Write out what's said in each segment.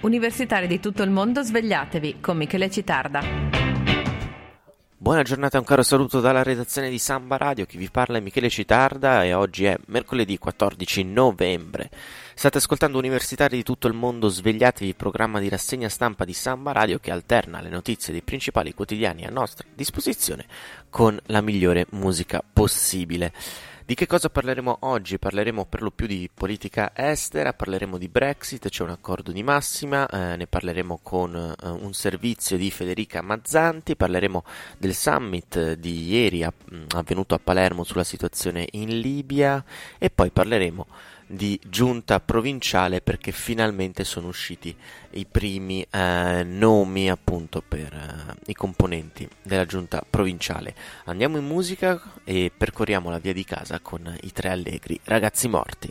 Universitari di tutto il mondo, svegliatevi con Michele Citarda. Buona giornata e un caro saluto dalla redazione di Samba Radio. Chi vi parla è Michele Citarda e oggi è mercoledì 14 novembre. State ascoltando Universitari di tutto il mondo, svegliatevi, programma di rassegna stampa di Samba Radio che alterna le notizie dei principali quotidiani a nostra disposizione con la migliore musica possibile. Di che cosa parleremo oggi? Parleremo per lo più di politica estera, parleremo di Brexit, c'è un accordo di massima, ne parleremo con un servizio di Federica Mazzanti, parleremo del summit di ieri avvenuto a Palermo sulla situazione in Libia e poi parleremo di giunta provinciale perché finalmente sono usciti i primi nomi appunto per i componenti della giunta provinciale. Andiamo in musica e percorriamo la via di casa con i Tre Allegri, Ragazzi Morti.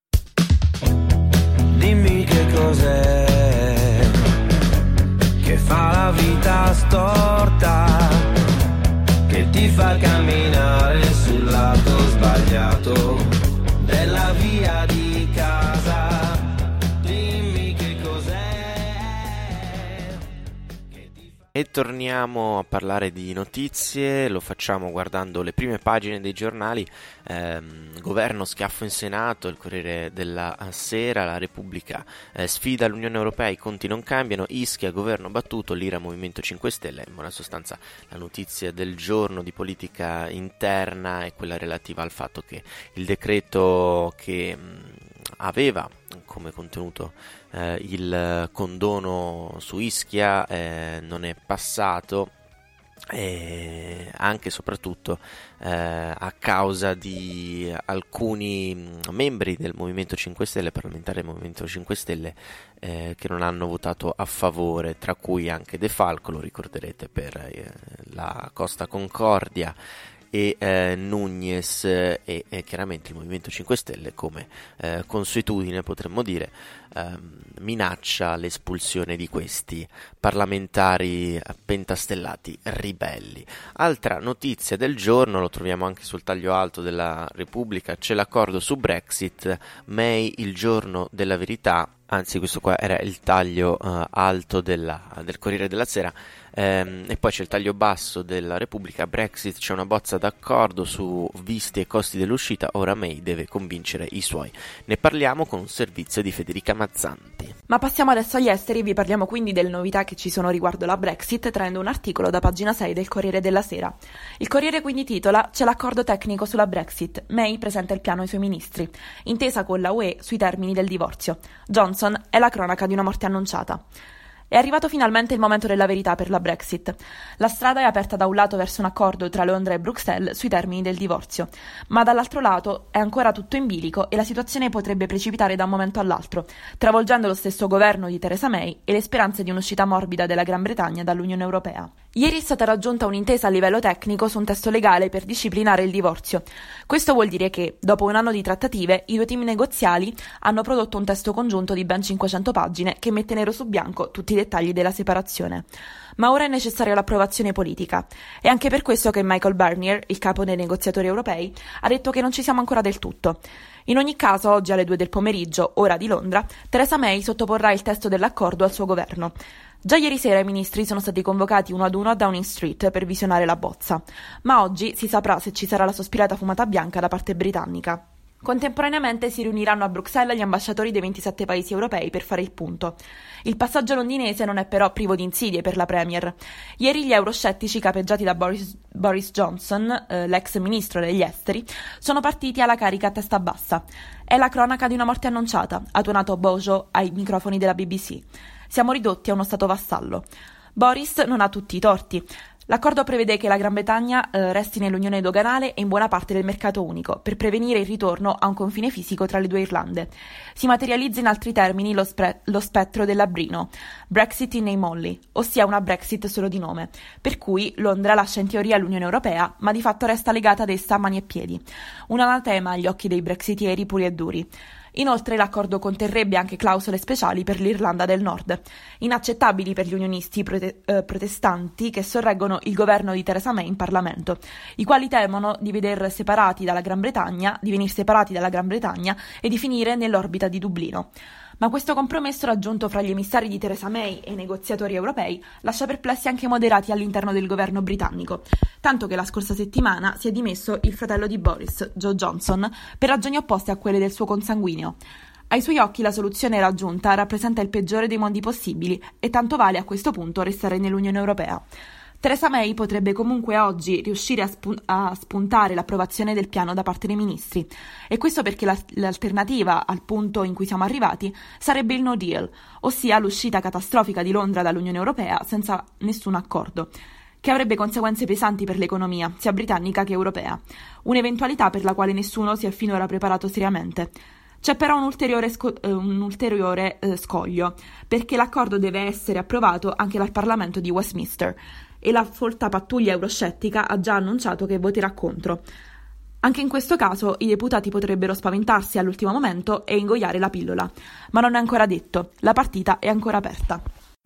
Dimmi che cos'è che fa la vita storta, che ti fa camminare sul lato sbagliato della via di casa. Dimmi che cos'è che ti fa... E torniamo a parlare di notizie, lo facciamo guardando le prime pagine dei giornali. Governo schiaffo in Senato, il Corriere della Sera, la Repubblica sfida l'Unione Europea, i conti non cambiano, Ischia, governo battuto, l'Ira Movimento 5 Stelle. In buona sostanza la notizia del giorno di politica interna è quella relativa al fatto che il decreto che aveva come contenuto il condono su Ischia non è passato, anche e soprattutto a causa di alcuni membri del Movimento 5 Stelle, parlamentari del Movimento 5 Stelle, che non hanno votato a favore, tra cui anche De Falco, lo ricorderete, per la Costa Concordia, e Nunez e chiaramente il Movimento 5 Stelle, come consuetudine potremmo dire, minaccia l'espulsione di questi parlamentari pentastellati ribelli. Altra notizia del giorno, lo troviamo anche sul taglio alto della Repubblica, c'è l'accordo su Brexit, May il giorno della verità. Anzi, questo qua era il taglio alto del Corriere della Sera, e poi c'è il taglio basso della Repubblica. Brexit, c'è una bozza d'accordo su visti e costi dell'uscita, ora May deve convincere i suoi. Ne parliamo con un servizio di Federica Mazzanti. Ma passiamo adesso agli esteri, vi parliamo quindi delle novità che ci sono riguardo la Brexit, traendo un articolo da pagina 6 del Corriere della Sera. Il Corriere quindi titola: c'è l'accordo tecnico sulla Brexit, May presenta il piano ai suoi ministri, intesa con la UE sui termini del divorzio, Johnson è la cronaca di una morte annunciata. È arrivato finalmente il momento della verità per la Brexit. La strada è aperta da un lato verso un accordo tra Londra e Bruxelles sui termini del divorzio, ma dall'altro lato è ancora tutto in bilico e la situazione potrebbe precipitare da un momento all'altro, travolgendo lo stesso governo di Theresa May e le speranze di un'uscita morbida della Gran Bretagna dall'Unione Europea. Ieri è stata raggiunta un'intesa a livello tecnico su un testo legale per disciplinare il divorzio. Questo vuol dire che, dopo un anno di trattative, i due team negoziali hanno prodotto un testo congiunto di ben 500 pagine che mette nero su bianco tutti i dettagli della separazione. Ma ora è necessaria l'approvazione politica. È anche per questo che Michael Barnier, il capo dei negoziatori europei, ha detto che non ci siamo ancora del tutto. In ogni caso, oggi alle 2 del pomeriggio, ora di Londra, Theresa May sottoporrà il testo dell'accordo al suo governo. Già ieri sera i ministri sono stati convocati uno ad uno a Downing Street per visionare la bozza, ma oggi si saprà se ci sarà la sospirata fumata bianca da parte britannica. Contemporaneamente si riuniranno a Bruxelles gli ambasciatori dei 27 paesi europei per fare il punto. Il passaggio londinese non è però privo di insidie per la Premier. Ieri gli euroscettici capeggiati da Boris Johnson, l'ex ministro degli esteri, sono partiti alla carica a testa bassa. È la cronaca di una morte annunciata, ha tuonato Bojo ai microfoni della BBC. Siamo ridotti a uno stato vassallo. Boris non ha tutti i torti. L'accordo prevede che la Gran Bretagna resti nell'unione doganale e in buona parte del mercato unico, per prevenire il ritorno a un confine fisico tra le due Irlande. Si materializza in altri termini lo spettro del labbrino, Brexit in name only, ossia una Brexit solo di nome, per cui Londra lascia in teoria l'Unione Europea, ma di fatto resta legata ad essa a mani e piedi. Un anatema agli occhi dei brexitieri puri e duri. Inoltre l'accordo conterrebbe anche clausole speciali per l'Irlanda del Nord, inaccettabili per gli unionisti protestanti che sorreggono il governo di Theresa May in Parlamento, i quali temono di venire separati dalla Gran Bretagna e di finire nell'orbita di Dublino. Ma questo compromesso raggiunto fra gli emissari di Theresa May e i negoziatori europei lascia perplessi anche i moderati all'interno del governo britannico, tanto che la scorsa settimana si è dimesso il fratello di Boris, Joe Johnson, per ragioni opposte a quelle del suo consanguineo. Ai suoi occhi la soluzione raggiunta rappresenta il peggiore dei mondi possibili e tanto vale a questo punto restare nell'Unione Europea. Theresa May potrebbe comunque oggi riuscire a spuntare l'approvazione del piano da parte dei ministri, e questo perché l'alternativa al punto in cui siamo arrivati sarebbe il no deal, ossia l'uscita catastrofica di Londra dall'Unione Europea senza nessun accordo, che avrebbe conseguenze pesanti per l'economia, sia britannica che europea, un'eventualità per la quale nessuno si è finora preparato seriamente. C'è però un ulteriore scoglio, perché l'accordo deve essere approvato anche dal Parlamento di Westminster, e la folta pattuglia euroscettica ha già annunciato che voterà contro. Anche in questo caso i deputati potrebbero spaventarsi all'ultimo momento e ingoiare la pillola, ma non è ancora detto, la partita è ancora aperta.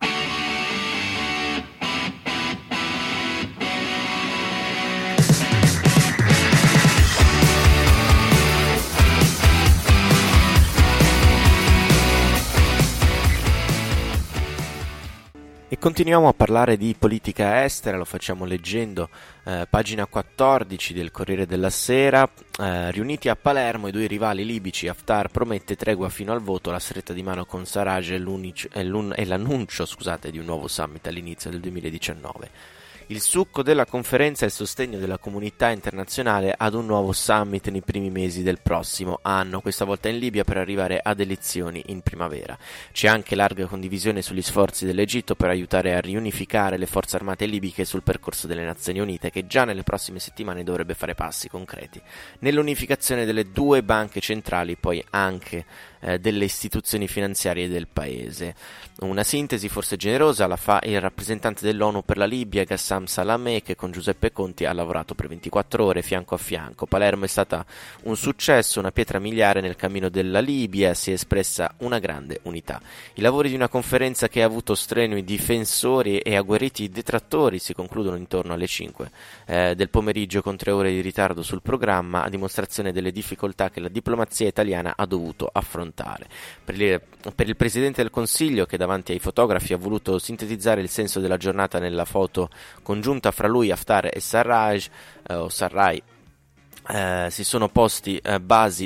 E continuiamo a parlare di politica estera, lo facciamo leggendo pagina 14 del Corriere della Sera. Riuniti a Palermo, i due rivali libici, Haftar promette tregua fino al voto, la stretta di mano con Sarraj e l'annuncio di un nuovo summit all'inizio del 2019. Il succo della conferenza è il sostegno della comunità internazionale ad un nuovo summit nei primi mesi del prossimo anno, questa volta in Libia, per arrivare ad elezioni in primavera. C'è anche larga condivisione sugli sforzi dell'Egitto per aiutare a riunificare le forze armate libiche sul percorso delle Nazioni Unite, che già nelle prossime settimane dovrebbe fare passi concreti nell'unificazione delle due banche centrali, poi anche delle istituzioni finanziarie del paese. Una sintesi forse generosa la fa il rappresentante dell'ONU per la Libia, Ghassam Salamé, che con Giuseppe Conte ha lavorato per 24 ore fianco a fianco. Palermo è stata un successo, una pietra miliare nel cammino della Libia, si è espressa una grande unità. I lavori di una conferenza che ha avuto strenui difensori e agguerriti detrattori si concludono intorno alle 5 del pomeriggio, con 3 ore di ritardo sul programma, a dimostrazione delle difficoltà che la diplomazia italiana ha dovuto affrontare. Per il Presidente del Consiglio, che davanti ai fotografi ha voluto sintetizzare il senso della giornata nella foto congiunta fra lui, Haftar e Sarraj, si sono poste basi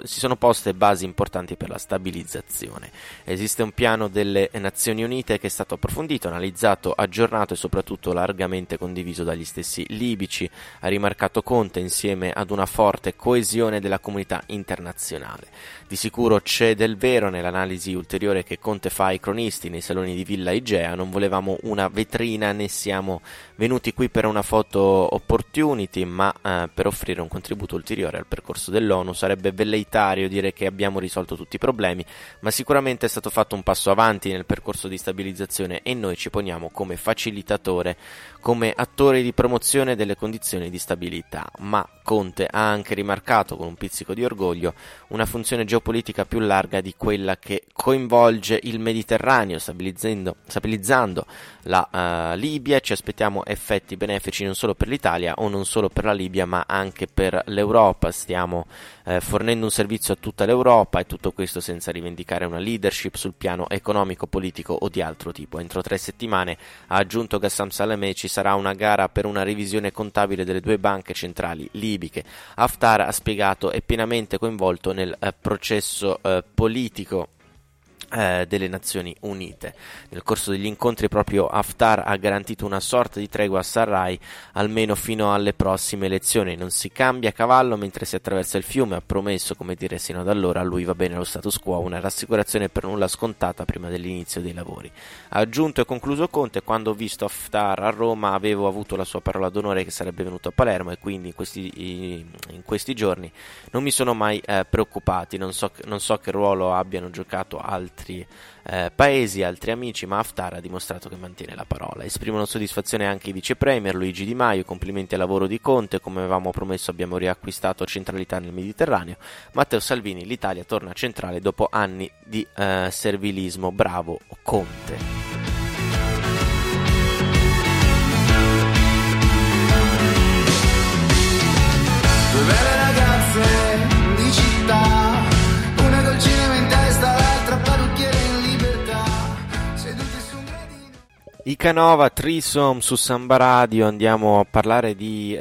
importanti per la stabilizzazione. Esiste un piano delle Nazioni Unite che è stato approfondito, analizzato, aggiornato e soprattutto largamente condiviso dagli stessi libici, ha rimarcato Conte, insieme ad una forte coesione della comunità internazionale. Di sicuro c'è del vero nell'analisi ulteriore che Conte fa ai cronisti nei saloni di Villa Igea. Non volevamo una vetrina, né siamo venuti qui per una photo opportunity, ma per offrire un contributo ulteriore al percorso dell'ONU. Sarebbe velleitario dire che abbiamo risolto tutti i problemi, ma sicuramente è stato fatto un passo avanti nel percorso di stabilizzazione e noi ci poniamo come facilitatore, come attori di promozione delle condizioni di stabilità. Ma Conte ha anche rimarcato con un pizzico di orgoglio una funzione geopolitica più larga di quella che coinvolge il Mediterraneo, stabilizzando la Libia. Ci aspettiamo effetti benefici non solo per l'Italia o non solo per la Libia, ma anche per l'Europa. Stiamo fornendo un servizio a tutta l'Europa, e tutto questo senza rivendicare una leadership sul piano economico, politico o di altro tipo. Entro 3 settimane, ha aggiunto Ghassam Salamé, ci sarà una gara per una revisione contabile delle due banche centrali libiche. Haftar, ha spiegato, è pienamente coinvolto nel processo politico delle Nazioni Unite. Nel corso degli incontri proprio Haftar ha garantito una sorta di tregua a Sarraj, almeno fino alle prossime elezioni. Non si cambia cavallo mentre si attraversa il fiume, ha promesso, come dire, sino ad allora a lui va bene lo status quo, una rassicurazione per nulla scontata prima dell'inizio dei lavori. Ha aggiunto e concluso Conte: quando ho visto Haftar a Roma avevo avuto la sua parola d'onore che sarebbe venuto a Palermo, e quindi in questi giorni non mi sono mai preoccupati. Non so che ruolo abbiano giocato altri paesi, altri amici, ma Haftar ha dimostrato che mantiene la parola. Esprimono soddisfazione anche i vice premier Luigi Di Maio, complimenti al lavoro di Conte, come avevamo promesso abbiamo riacquistato centralità nel Mediterraneo. Matteo Salvini: l'Italia torna centrale dopo anni di servilismo, bravo Conte. Due belle ragazze di città, una col cinema in testa, l'altra parrucchiera. I Canova, Trisom su Samba Radio. Andiamo a parlare di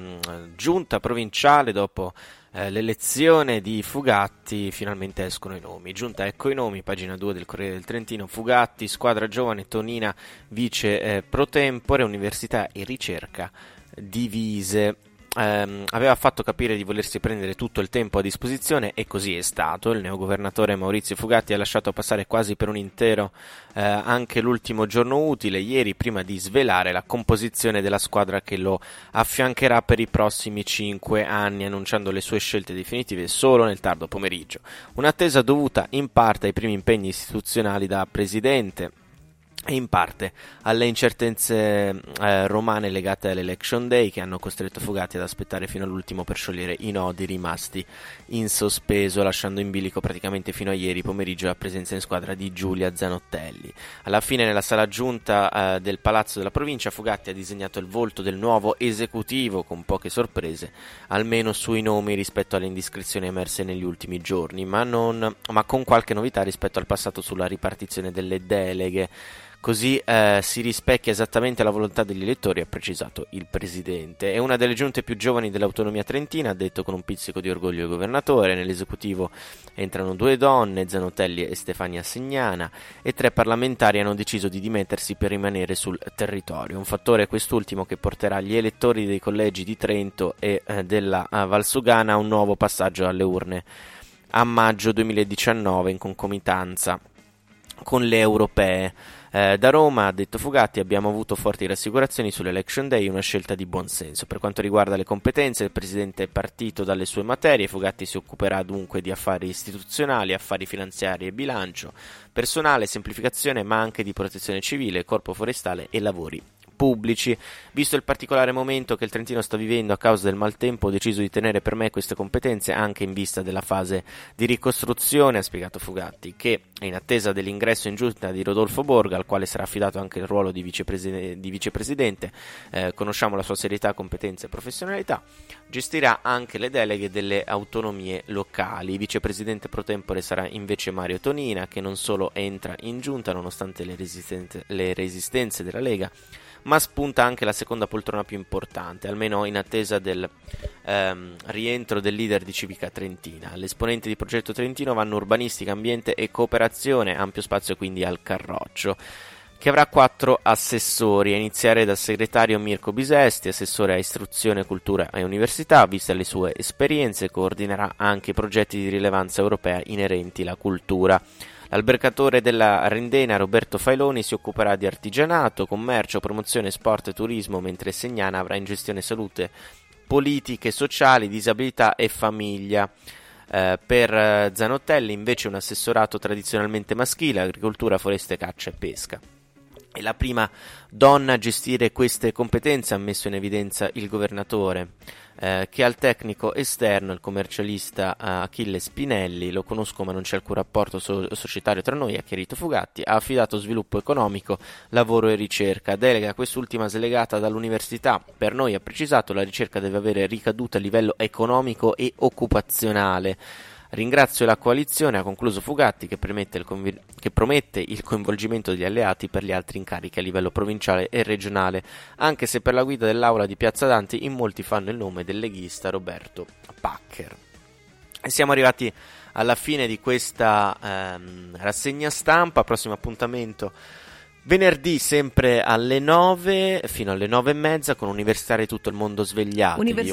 giunta provinciale. Dopo l'elezione di Fugatti finalmente escono i nomi. Giunta, ecco i nomi, pagina 2 del Corriere del Trentino. Fugatti, squadra giovane, Tonina vice pro tempore, università e ricerca divise. Aveva fatto capire di volersi prendere tutto il tempo a disposizione e così è stato. Il neogovernatore Maurizio Fugatti ha lasciato passare quasi per un intero anche l'ultimo giorno utile ieri, prima di svelare la composizione della squadra che lo affiancherà per i prossimi 5 anni, annunciando le sue scelte definitive solo nel tardo pomeriggio. Un'attesa dovuta in parte ai primi impegni istituzionali da presidente e in parte alle incertezze romane legate all'Election Day, che hanno costretto Fugatti ad aspettare fino all'ultimo per sciogliere i nodi rimasti in sospeso, lasciando in bilico praticamente fino a ieri pomeriggio la presenza in squadra di Giulia Zanottelli. Alla fine, nella sala giunta del Palazzo della Provincia, Fugatti ha disegnato il volto del nuovo esecutivo, con poche sorprese, almeno sui nomi rispetto alle indiscrezioni emerse negli ultimi giorni, ma con qualche novità rispetto al passato sulla ripartizione delle deleghe. Così si rispecchia esattamente la volontà degli elettori, ha precisato il presidente. È una delle giunte più giovani dell'autonomia trentina, ha detto con un pizzico di orgoglio il governatore. Nell'esecutivo entrano 2 donne, Zanottelli e Stefania Signana, e 3 parlamentari hanno deciso di dimettersi per rimanere sul territorio. Un fattore quest'ultimo che porterà gli elettori dei collegi di Trento e della Valsugana a un nuovo passaggio alle urne a maggio 2019 in concomitanza con le europee. Da Roma, ha detto Fugatti, abbiamo avuto forti rassicurazioni sull'Election Day, una scelta di buon senso. Per quanto riguarda le competenze, il presidente è partito dalle sue materie. Fugatti si occuperà dunque di affari istituzionali, affari finanziari e bilancio, personale, semplificazione, ma anche di protezione civile, corpo forestale e lavori pubblici. Visto il particolare momento che il Trentino sta vivendo a causa del maltempo, ho deciso di tenere per me queste competenze anche in vista della fase di ricostruzione, ha spiegato Fugatti, che è in attesa dell'ingresso in giunta di Rodolfo Borga, al quale sarà affidato anche il ruolo di vicepresidente. Conosciamo la sua serietà, competenze e professionalità. Gestirà anche le deleghe delle autonomie locali. Vicepresidente pro tempore sarà invece Mario Tonina, che non solo entra in giunta nonostante le resistenze della Lega, ma spunta anche la seconda poltrona più importante, almeno in attesa del rientro del leader di Civica Trentina. L'esponente di Progetto Trentino vanno urbanistica, ambiente e cooperazione, ampio spazio quindi al Carroccio, che avrà 4 assessori, a iniziare dal segretario Mirko Bisesti, assessore a istruzione, cultura e università. Viste le sue esperienze, coordinerà anche i progetti di rilevanza europea inerenti alla cultura. L'albergatore della Rendena, Roberto Failoni, si occuperà di artigianato, commercio, promozione, sport e turismo, mentre Segnana avrà in gestione salute, politiche sociali, disabilità e famiglia. Per Zanottelli invece un assessorato tradizionalmente maschile, agricoltura, foreste, caccia e pesca. È la prima donna a gestire queste competenze, ha messo in evidenza il governatore, che al tecnico esterno, il commercialista Achille Spinelli, lo conosco ma non c'è alcun rapporto societario tra noi, ha chiarito Fugatti, ha affidato sviluppo economico, lavoro e ricerca, delega quest'ultima slegata dall'università. Per noi, ha precisato, la ricerca deve avere ricadute a livello economico e occupazionale. Ringrazio la coalizione, ha concluso Fugatti, che promette il coinvolgimento degli alleati per gli altri incarichi a livello provinciale e regionale, anche se per la guida dell'aula di Piazza Danti in molti fanno il nome del leghista Roberto Packer. E siamo arrivati alla fine di questa rassegna stampa. Prossimo appuntamento venerdì sempre alle 9 fino alle 9:30 con Universitari Tutto il Mondo Svegliatevi.